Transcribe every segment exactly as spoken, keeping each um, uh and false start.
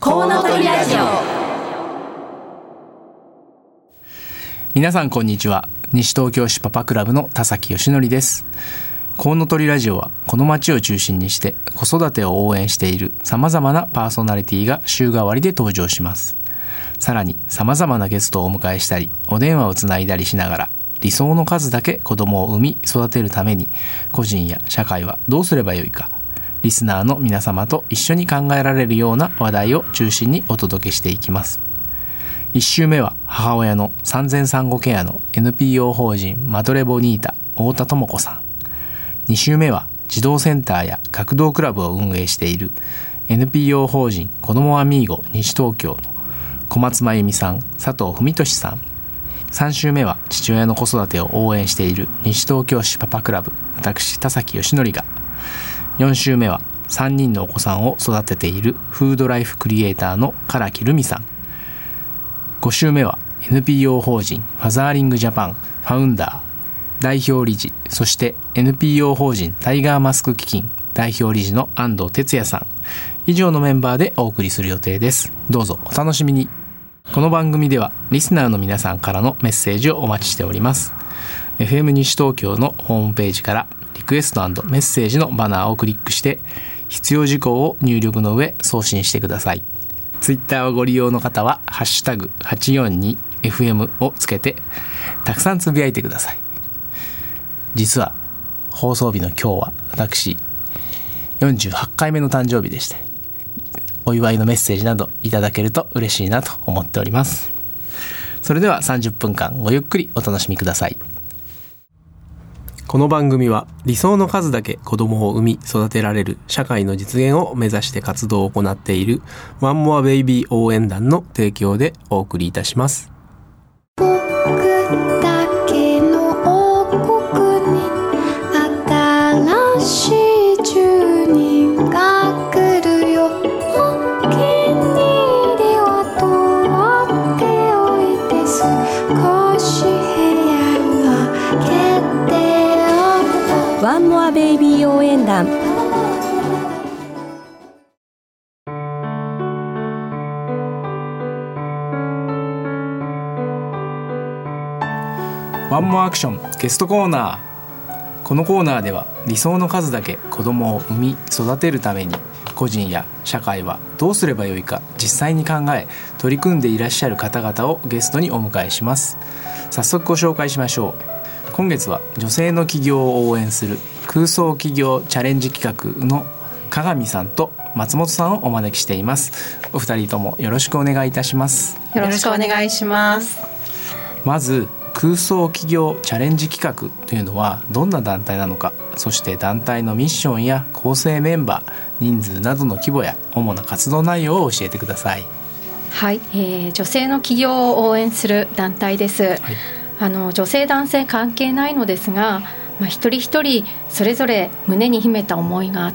コウノトリラジオ。 皆さんこんにちは。西東京市パパクラブの田崎義則です。コウノトリラジオはこの町を中心にして子育てを応援しているさまざまなパーソナリティが週替わりで登場します。さらにさまざまなゲストをお迎えしたりお電話をつないだりしながら、理想の数だけ子供を産み育てるために個人や社会はどうすればよいか、リスナーの皆様と一緒に考えられるような話題を中心にお届けしていきます。いち週目は母親の産前産後ケアの エヌピーオー 法人マドレボニータ太田智子さん、に週目は児童センターや学童クラブを運営している エヌピーオー 法人子どもアミーゴ西東京の小松真由美さん、佐藤文俊さん、さん週目は父親の子育てを応援している西東京市パパクラブ私田崎義則が、よん週目はさんにんのお子さんを育てているフードライフクリエイターの唐木留美さん、ご週目は エヌピーオー 法人ファザーリングジャパンファウンダー代表理事、そして エヌピーオー 法人タイガーマスク基金代表理事の安藤哲也さん、以上のメンバーでお送りする予定です。どうぞお楽しみに。この番組ではリスナーの皆さんからのメッセージをお待ちしております。 エフエム 西東京のホームページからリクエスト&メッセージのバナーをクリックして必要事項を入力の上送信してください。ツイッターをご利用の方はハッシュタグ はちよんにエフエム をつけてたくさんつぶやいてください。実は放送日の今日は私よんじゅうはちかいめの誕生日でして、お祝いのメッセージなどいただけると嬉しいなと思っております。それではさんじゅっぷんかんごゆっくりお楽しみください。この番組は理想の数だけ子供を産み育てられる社会の実現を目指して活動を行っているワンモアベイビー応援団の提供でお送りいたします。 僕だけの王国に新しい住人が来るよ。お気に入りは取っておいて、少し部屋は決定。 ワンモアベイビー応援団。 ワンモアアクションゲストコーナー。このコーナーでは理想の数だけ子供を産み育てるために個人や社会はどうすればよいか実際に考え取り組んでいらっしゃる方々をゲストにお迎えします。早速ご紹介しましょう。今月は女性の起業を応援する空想起業チャレンジ企画の鏡さんと松本さんをお招きしています。お二人ともよろしくお願いいたします。 よろしくお願いします。 まず空想起業チャレンジ企画というのはどんな団体なのか、そして団体のミッションや構成メンバー、人数などの規模や主な活動内容を教えてください。 はい、えー、女性の起業を応援する団体です。はい、あの女性男性関係ないのですが、まあ、一人一人それぞれ胸に秘めた思いがあって、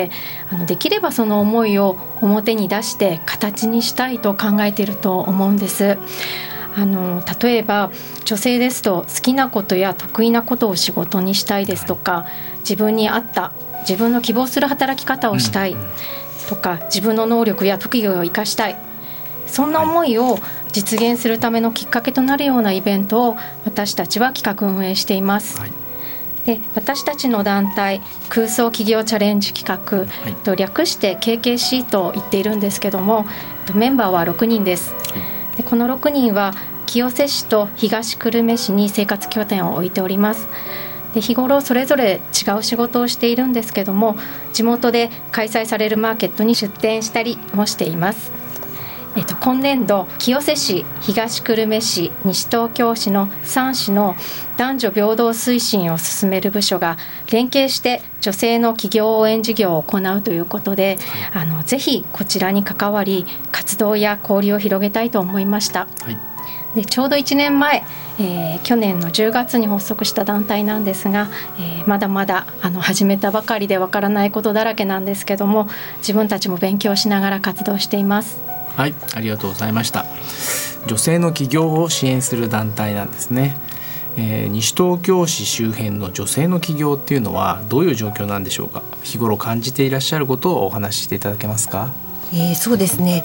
あのできればその思いを表に出して形にしたいと考えていると思うんです。あの例えば女性ですと好きなことや得意なことを仕事にしたいですとか、はい、自分に合った自分の希望する働き方をしたいとか、うん、自分の能力や特技を生かしたい、そんな思いを実現するためのきっかけとなるようなイベントを私たちは企画運営しています。はい、で私たちの団体空想起業チャレンジ企画、はい、と略して ケーケーシー と言っているんですけども、メンバーはろくにんです。はい、でこのろくにんは清瀬市と東久留米市に生活拠点を置いております。で日頃それぞれ違う仕事をしているんですけども、地元で開催されるマーケットに出店したりもしています。えっと、今年度清瀬市、東久留米市、西東京市のさん市の男女平等推進を進める部署が連携して女性の起業応援事業を行うということで、はい、あのぜひこちらに関わり活動や交流を広げたいと思いました。はい、でちょうどいちねんまえ、えー、去年のじゅうがつに発足した団体なんですが、えー、まだまだあの始めたばかりでわからないことだらけなんですけども、自分たちも勉強しながら活動しています。 はい、ありがとうございました。女性の起業を支援する団体なんですね。えー、西東京市周辺の女性の起業っていうのはどういう状況なんでしょうか。日頃感じていらっしゃることをお話ししていただけますか。 えー、そうですね、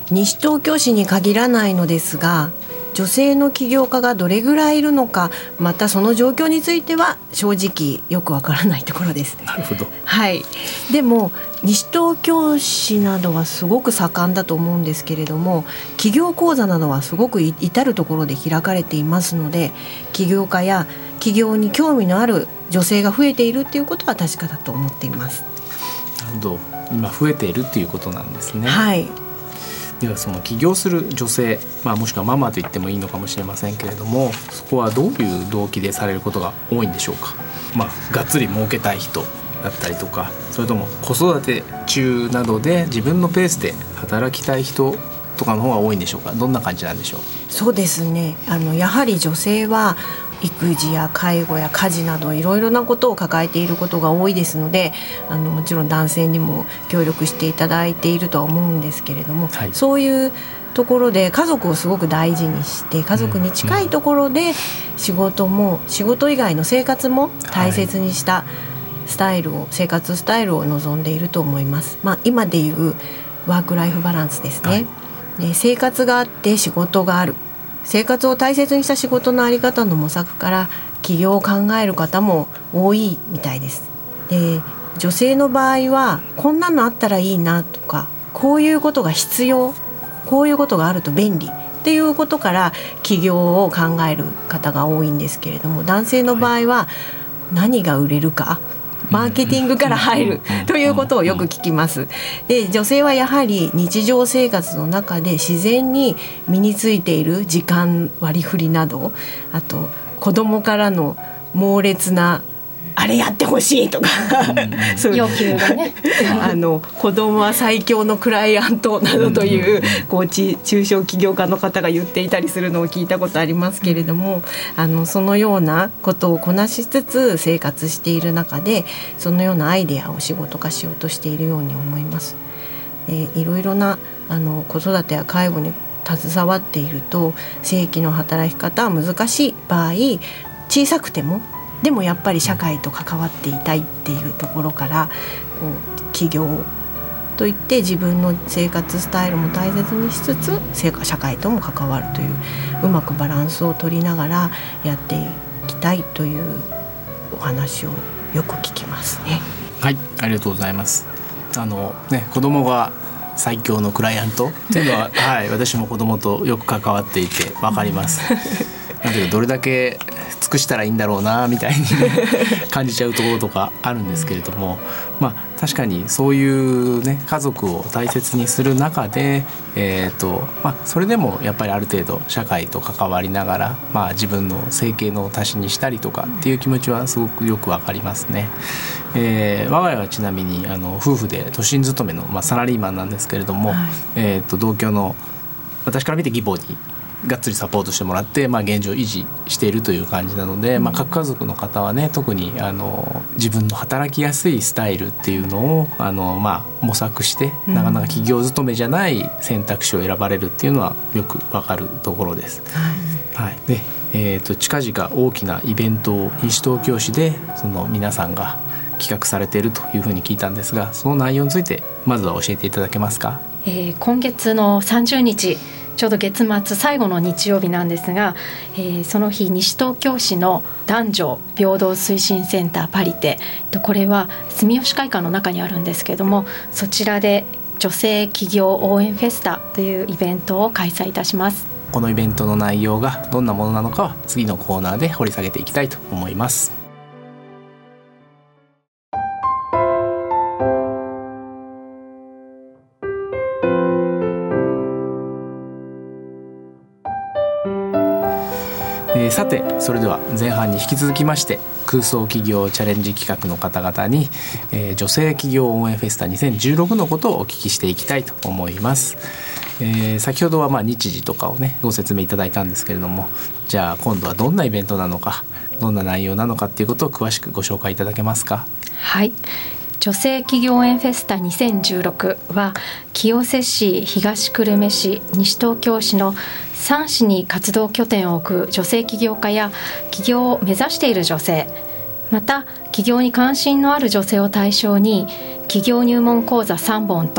西東京市に限らないのですが、女性の起業家がどれぐらいいるのか、またその状況については正直よくわからないところです。 なるほど。 はい、でも西東京市などはすごく盛んだと思うんですけれども、起業講座などはすごく至るところで開かれていますので、起業家や起業に興味のある女性が増えているっていうことは確かだと思っています。 なるほど、今増えているっていうことなんですね。 はい。 ではその起業する女性、まあ、もしくはママと言ってもいいのかもしれませんけれども、そこはどういう動機でされることが多いんでしょうか。まあ、がっつり儲けたい人だったりとか、それとも子育て中などで自分のペースで働きたい人とかの方が多いんでしょうか。どんな感じなんでしょう。 そうですね、あのやはり女性は育児や介護や家事などいろいろなことを抱えていることが多いですので、あのもちろん男性にも協力していただいているとは思うんですけれども、はい、そういうところで家族をすごく大事にして、家族に近いところで仕事も仕事以外の生活も大切にしたスタイルを、生活スタイルを望んでいると思います。まあ、今でいうワークライフバランスですね、はい、で生活があって仕事がある、生活を大切にした仕事のあり方の模索から起業を考える方も多いみたいです。で、女性の場合はこんなのあったらいいなとか、こういうことが必要、こういうことがあると便利っていうことから起業を考える方が多いんですけれども、男性の場合は何が売れるか、マーケティングから入るということをよく聞きます。で、女性はやはり日常生活の中で自然に身についている時間割り振りなど、あと子供からの猛烈なあれやってほしいとかそういう要求がねあの子供は最強のクライアントなどという、こう中小企業家の方が言っていたりするのを聞いたことありますけれども、あのそのようなことをこなしつつ生活している中で、そのようなアイデアを仕事化しようとしているように思います。えいろいろなあの子育てや介護に携わっていると、正規の働き方は難しい場合、小さくてもでもやっぱり社会と関わっていたいっていうところから、こう起業といって自分の生活スタイルも大切にしつつ社会とも関わるという、うまくバランスを取りながらやっていきたいというお話をよく聞きますね。 はい、ありがとうございます。あの、ね、子供が最強のクライアントっていうのは、はい、私も子供とよく関わっていて分かりますだけどどれだけ尽くしたらいいんだろうなみたいに感じちゃうところとかあるんですけれども、まあ、確かにそういう、ね、家族を大切にする中で、えーとまあ、それでもやっぱりある程度社会と関わりながら、まあ、自分の生計の足しにしたりとかっていう気持ちはすごくよくわかりますね。えー、我が家はちなみにあの夫婦で都心勤めの、まあ、サラリーマンなんですけれども、はい、えーと同居の私から見て義母にがっつりサポートしてもらって、まあ、現状維持しているという感じなので、まあ、各家族の方はね、特にあの自分の働きやすいスタイルっていうのをあの、まあ、模索してなかなか企業勤めじゃない選択肢を選ばれるっていうのはよくわかるところです。はいはい、で、えーと、近々大きなイベントを西東京市でその皆さんが企画されているというふうに聞いたんですが、その内容についてまずは教えていただけますか。 えー、今月のさんじゅうにち、ちょうど月末最後の日曜日なんですが、えー、その日西東京市の男女平等推進センターパリテ、これは住吉会館の中にあるんですけれども、そちらで女性企業応援フェスタというイベントを開催いたします。 このイベントの内容がどんなものなのかは次のコーナーで掘り下げていきたいと思います。えー、さてそれでは前半に引き続きまして空想企業チャレンジ企画の方々に、えー、女性企業応援フェスタにせんじゅうろくのことをお聞きしていきたいと思います。えー、先ほどはまあ日時とかをねご説明いただいたんですけれども、じゃあ今度はどんなイベントなのか、どんな内容なのかっていうことを詳しくご紹介いただけますか。 はい、女性企業応援フェスタにせんじゅうろくは清瀬市、東久留米市、西東京市のさん市に活動拠点を置く女性起業家や起業を目指している女性、また起業に関心のある女性を対象に起業入門講座さんぼんと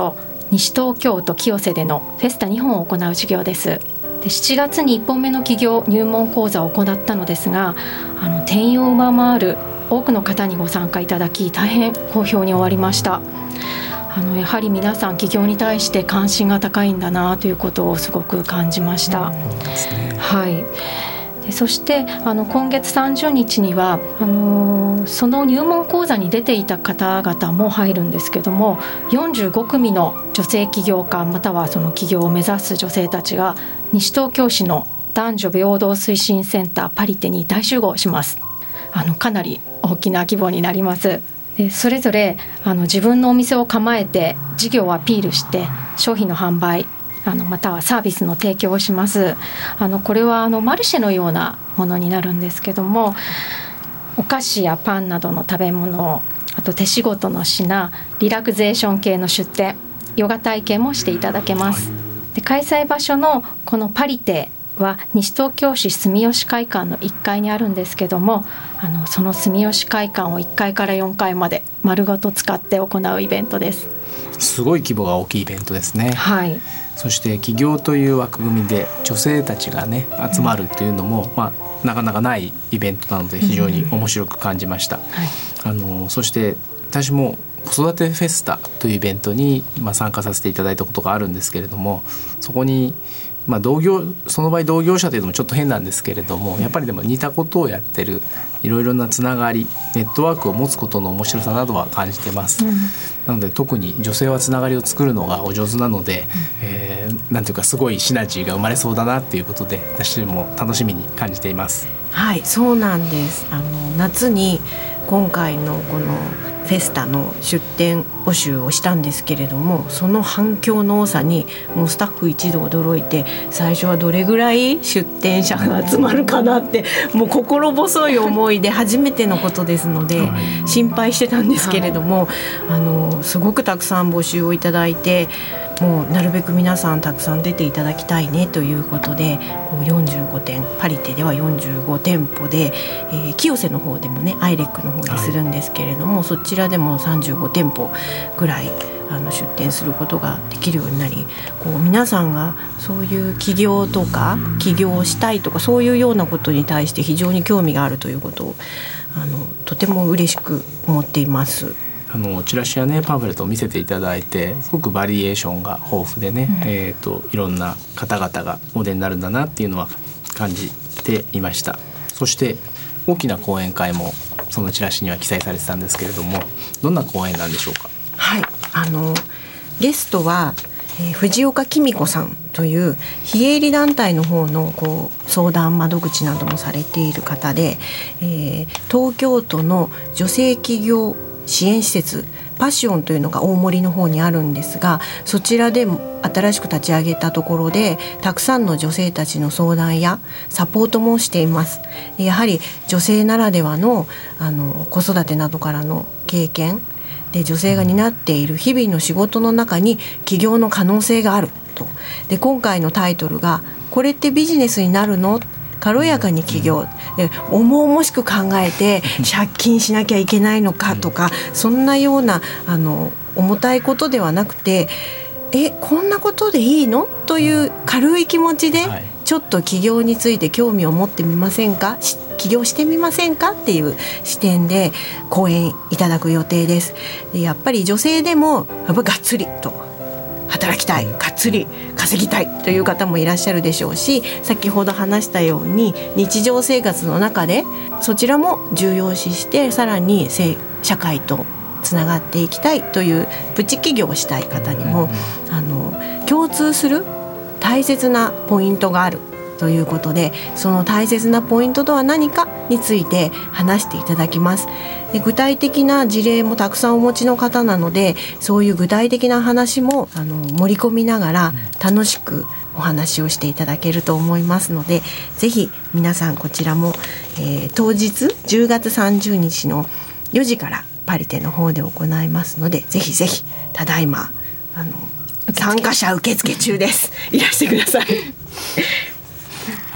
西東京都清瀬でのフェスタにほんを行う授業です。でしちがつにいっぽんめの起業入門講座を行ったのですが、あの定員を上回る多くの方にご参加いただき、大変好評に終わりました。あのやはり皆さん起業に対して関心が高いんだなということをすごく感じました。 そうですね。 はい。でそしてあの今月さんじゅうにちにはあのー、その入門講座に出ていた方々も入るんですけども、よんじゅうごくみの女性起業家またはその起業を目指す女性たちが西東京市の男女平等推進センターパリテに大集合します。あのかなり大きな規模になります。でそれぞれあの自分のお店を構えて事業をアピールして商品の販売、あのまたはサービスの提供をします。あのこれはあのマルシェのようなものになるんですけども、お菓子やパンなどの食べ物、あと手仕事の品、リラクゼーション系の出店、ヨガ体験もしていただけます。で開催場所のこのパリテは西東京市住吉会館のいっかいにあるんですけども、あのその住吉会館をいっかいからよんかいまで丸ごと使って行うイベントです。 すごい規模が大きいイベントですね。 はい。 そして起業という枠組みで女性たちがね集まるというのも、うん、まあ、なかなかないイベントなので非常に面白く感じました。うん、はい、あのそして私も子育てフェスタというイベントに、まあ、参加させていただいたことがあるんですけれども、そこにまあ、同業その場合同業者というのもちょっと変なんですけれども、やっぱりでも似たことをやってるいろいろなつながり、ネットワークを持つことの面白さなどは感じてます。うん、なので特に女性はつながりを作るのがお上手なので、うん、えー、なんていうかすごいシナジーが生まれそうだなっていうことで、私も楽しみに感じています。 はい、そうなんです。あの夏に今回のこのフェスタの出店募集をしたんですけれども、その反響の多さにもうスタッフ一同驚いて、最初はどれぐらい出店者が集まるかなってもう心細い思いで、初めてのことですので心配してたんですけれども、あのすごくたくさん募集をいただいて、もうなるべく皆さんたくさん出ていただきたいねということで、こうよんじゅうごてん、パリテではよんじゅうごてんぽで、えー、清瀬の方でもねアイレックの方でするんですけれども、はい、そちらでもさんじゅうごてんぽぐらいあの出店することができるようになり、こう皆さんがそういう起業とか起業をしたいとかそういうようなことに対して非常に興味があるということをあのとても嬉しく思っています。 あのチラシやねパンフレットを見せていただいて、すごくバリエーションが豊富でね、うん、えーといろんな方々がお出になるんだなっていうのは感じていました。そして大きな講演会もそのチラシには記載されてたんですけれども、どんな講演なんでしょうか。 はい、あのゲストは、えー、藤岡紀美子さんという非営利団体の方のこう相談窓口などもされている方で、えー、東京都の女性起業支援施設パッションというのが大森の方にあるんですが、そちらで新しく立ち上げたところでたくさんの女性たちの相談やサポートもしています。やはり女性ならではの、あの子育てなどからの経験で、女性が担っている日々の仕事の中に起業の可能性があると。で今回のタイトルがこれってビジネスになるの？軽やかに起業で重々しく考えて借金しなきゃいけないのかとか、そんなようなあの重たいことではなくて、えこんなことでいいのという軽い気持ちでちょっと起業について興味を持ってみませんか、起業してみませんかっていう視点で講演いただく予定です。でやっぱり女性でもやっぱがっつりと働きたい、がっつり稼ぎたいという方もいらっしゃるでしょうし、先ほど話したように日常生活の中でそちらも重要視してさらに社会とつながっていきたいというプチ起業をしたい方にも、あの共通する大切なポイントがあるということで、その大切なポイントとは何かについて話していただきます。で具体的な事例もたくさんお持ちの方なので、そういう具体的な話もあの盛り込みながら楽しくお話をしていただけると思いますので、ぜひ皆さんこちらも、えー、当日じゅうがつさんじゅうにちのよじからパリテの方で行いますので、ぜひぜひただいまあの参加者受付中です。いらしてください。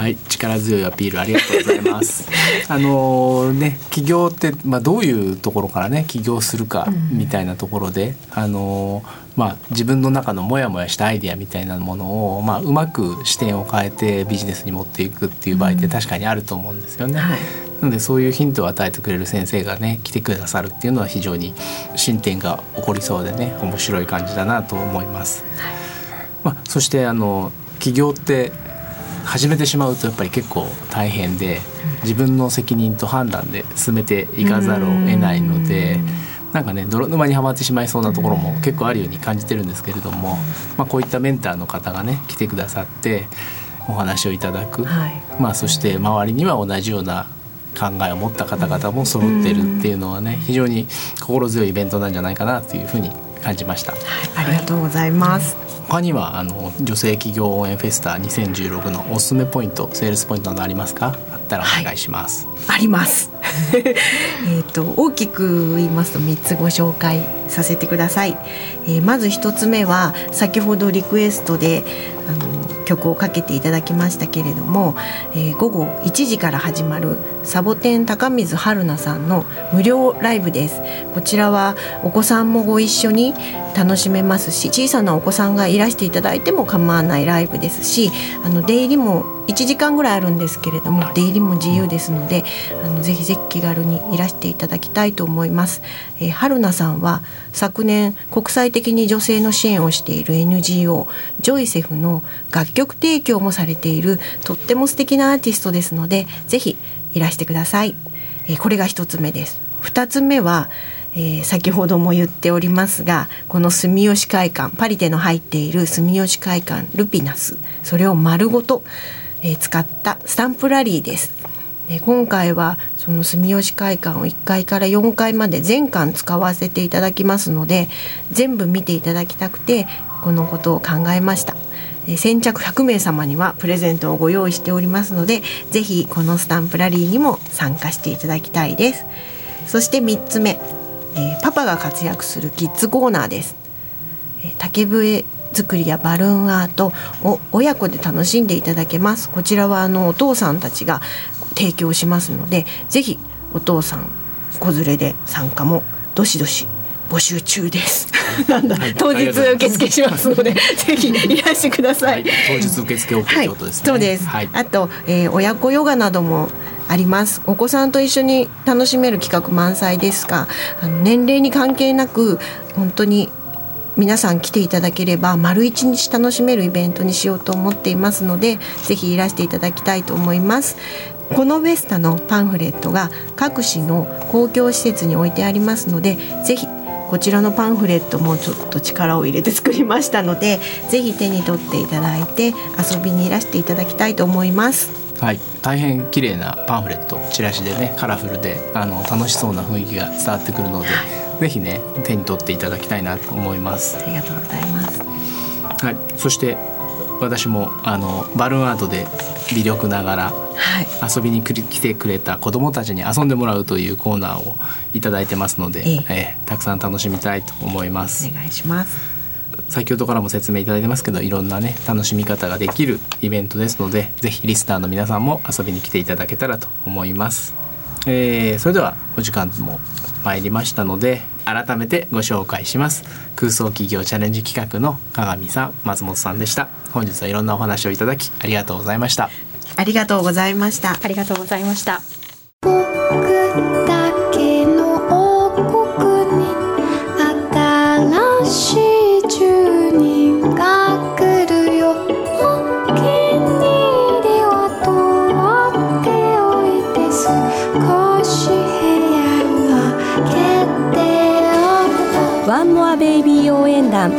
はい、力強いアピールありがとうございますあのね、起業って、まあ、どういうところからね起業するかみたいなところで、うん、あのまあ、自分の中のモヤモヤしたアイデアみたいなものを、まあ、うまく視点を変えてビジネスに持っていくっていう場合って確かにあると思うんですよね、うん、はい、なのでそういうヒントを与えてくれる先生がね来てくださるっていうのは非常に進展が起こりそうでね面白い感じだなと思います、はい、まあ、そしてあの起業って始めてしまうとやっぱり結構大変で自分の責任と判断で進めていかざるを得ないので、なんかね泥沼にはまってしまいそうなところも結構あるように感じてるんですけれども、まあ、こういったメンターの方がね来てくださってお話をいただく、はい、まあ、そして周りには同じような考えを持った方々も揃ってるっていうのはね非常に心強いイベントなんじゃないかなというふうに感じました、はい、 ありがとうございます。 他にはあの女性企業応援フェスタにせんじゅうろくのおすすめポイント、セールスポイントなどありますか？あったらお願いします。 はい、ありますえと大きく言いますとみっつご紹介させてください。えー、まずひとつめは先ほどリクエストであの曲をかけていただきましたけれども、えー、ごごいちじから始まるサボテン高水春奈さんの無料ライブです。こちらはお子さんもご一緒に楽しめますし、小さなお子さんがいらしていただいても構わないライブですし、あの出入りもいちじかんぐらいあるんですけれども出入りも自由ですので、あのぜひぜひ気軽にいらしていただきたいと思います。えー、春奈さんは昨年国際的に女性の支援をしている エヌジーオー ジョイセフの楽曲提供もされているとっても素敵なアーティストですので、ぜひいらしてください。えー、これが一つ目です。二つ目は、えー、先ほども言っておりますが、この住吉会館、パリテの入っている住吉会館ルピナス、それを丸ごと、えー、使ったスタンプラリーです。で今回はその住吉会館をいっかいからよんかいまで全館使わせていただきますので、全部見ていただきたくてこのことを考えました。先着ひゃくめい様にはプレゼントをご用意しておりますので、ぜひこのスタンプラリーにも参加していただきたいです。そしてみっつめ、えー、パパが活躍するキッズコーナーです。えー、竹笛作りやバルーンアートを親子で楽しんでいただけます。こちらはあのお父さんたちが提供しますので、ぜひお父さん子連れで参加もどしどし募集中ですなんだ、はい、当日受付しますのでぜひいらしてください。 当日受付 OK ということですね。 はい、そうです。はい、あと、えー、親子ヨガなどもあります。お子さんと一緒に楽しめる企画満載ですが、あの年齢に関係なく本当に皆さん来ていただければ丸一日楽しめるイベントにしようと思っていますので、ぜひいらしていただきたいと思います。このフェスタのパンフレットが各市の公共施設に置いてありますので、ぜひこちらのパンフレットもちょっと力を入れて作りましたので、ぜひ手に取っていただいて遊びにいらしていただきたいと思います。 はい、大変綺麗なパンフレット、チラシでねカラフルであの楽しそうな雰囲気が伝わってくるので、はい、ぜひね手に取っていただきたいなと思います。 ありがとうございます。 はい、そして私もあのバルーンアートで微力ながら遊びに来てくれた子どもたちに遊んでもらうというコーナーをいただいてますので、えええー、たくさん楽しみたいと思います。 お願いします。 先ほどからも説明いただいてますけど、いろんなね楽しみ方ができるイベントですので、ぜひリスナーの皆さんも遊びに来ていただけたらと思います。えー、それではお時間も参りましたので、改めてご紹介します。空想企業チャレンジ企画の鏡さん、松本さんでした。本日はいろんなお話をいただきありがとうございました。 ありがとうございました。 ありがとうございました。 僕だけの王国に新しい住人が来るよ。お気に入りは取っておいて、少し部屋を開けておくと。 ワンモアベイビー応援団。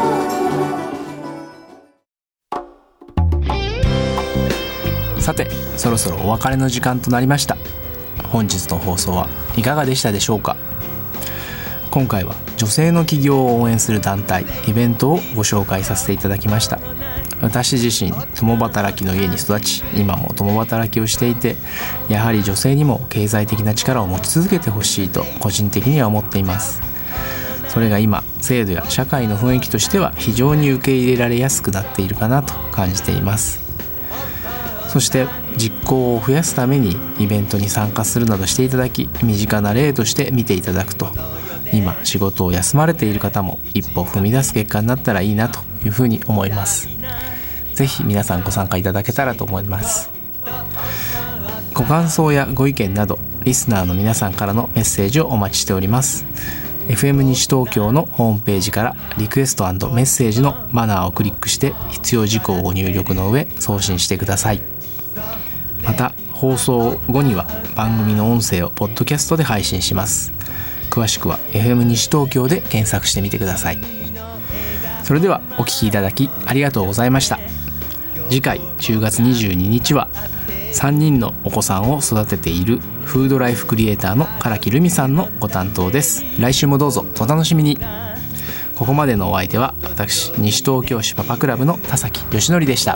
さてそろそろお別れの時間となりました。本日の放送はいかがでしたでしょうか。今回は女性の起業を応援する団体イベントをご紹介させていただきました。私自身共働きの家に育ち、今も共働きをしていて、やはり女性にも経済的な力を持ち続けてほしいと個人的には思っています。それが今制度や社会の雰囲気としては非常に受け入れられやすくなっているかなと感じています。 そして実行を増やすためにイベントに参加するなどしていただき、身近な例として見ていただくと、今仕事を休まれている方も一歩踏み出す結果になったらいいなというふうに思います。ぜひ皆さんご参加いただけたらと思います。ご感想やご意見などリスナーの皆さんからのメッセージをお待ちしております。 エフエム 西東京のホームページからリクエスト&メッセージのバナーをクリックして必要事項をご入力の上送信してください。また放送後には番組の音声をポッドキャストで配信します。詳しくは エフエム 西東京で検索してみてください。それではお聞きいただきありがとうございました。次回じゅうがつにじゅうににちはさんにんのお子さんを育てているフードライフクリエイターの唐木留美さんのご担当です。来週もどうぞお楽しみに。ここまでのお相手は私西東京市パパクラブの田崎義則でした。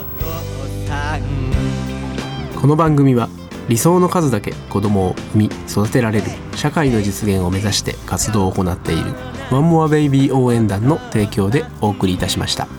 この番組は理想の数だけ子供を産み育てられる社会の実現を目指して活動を行っているワンモアベイビー応援団の提供でお送りいたしました。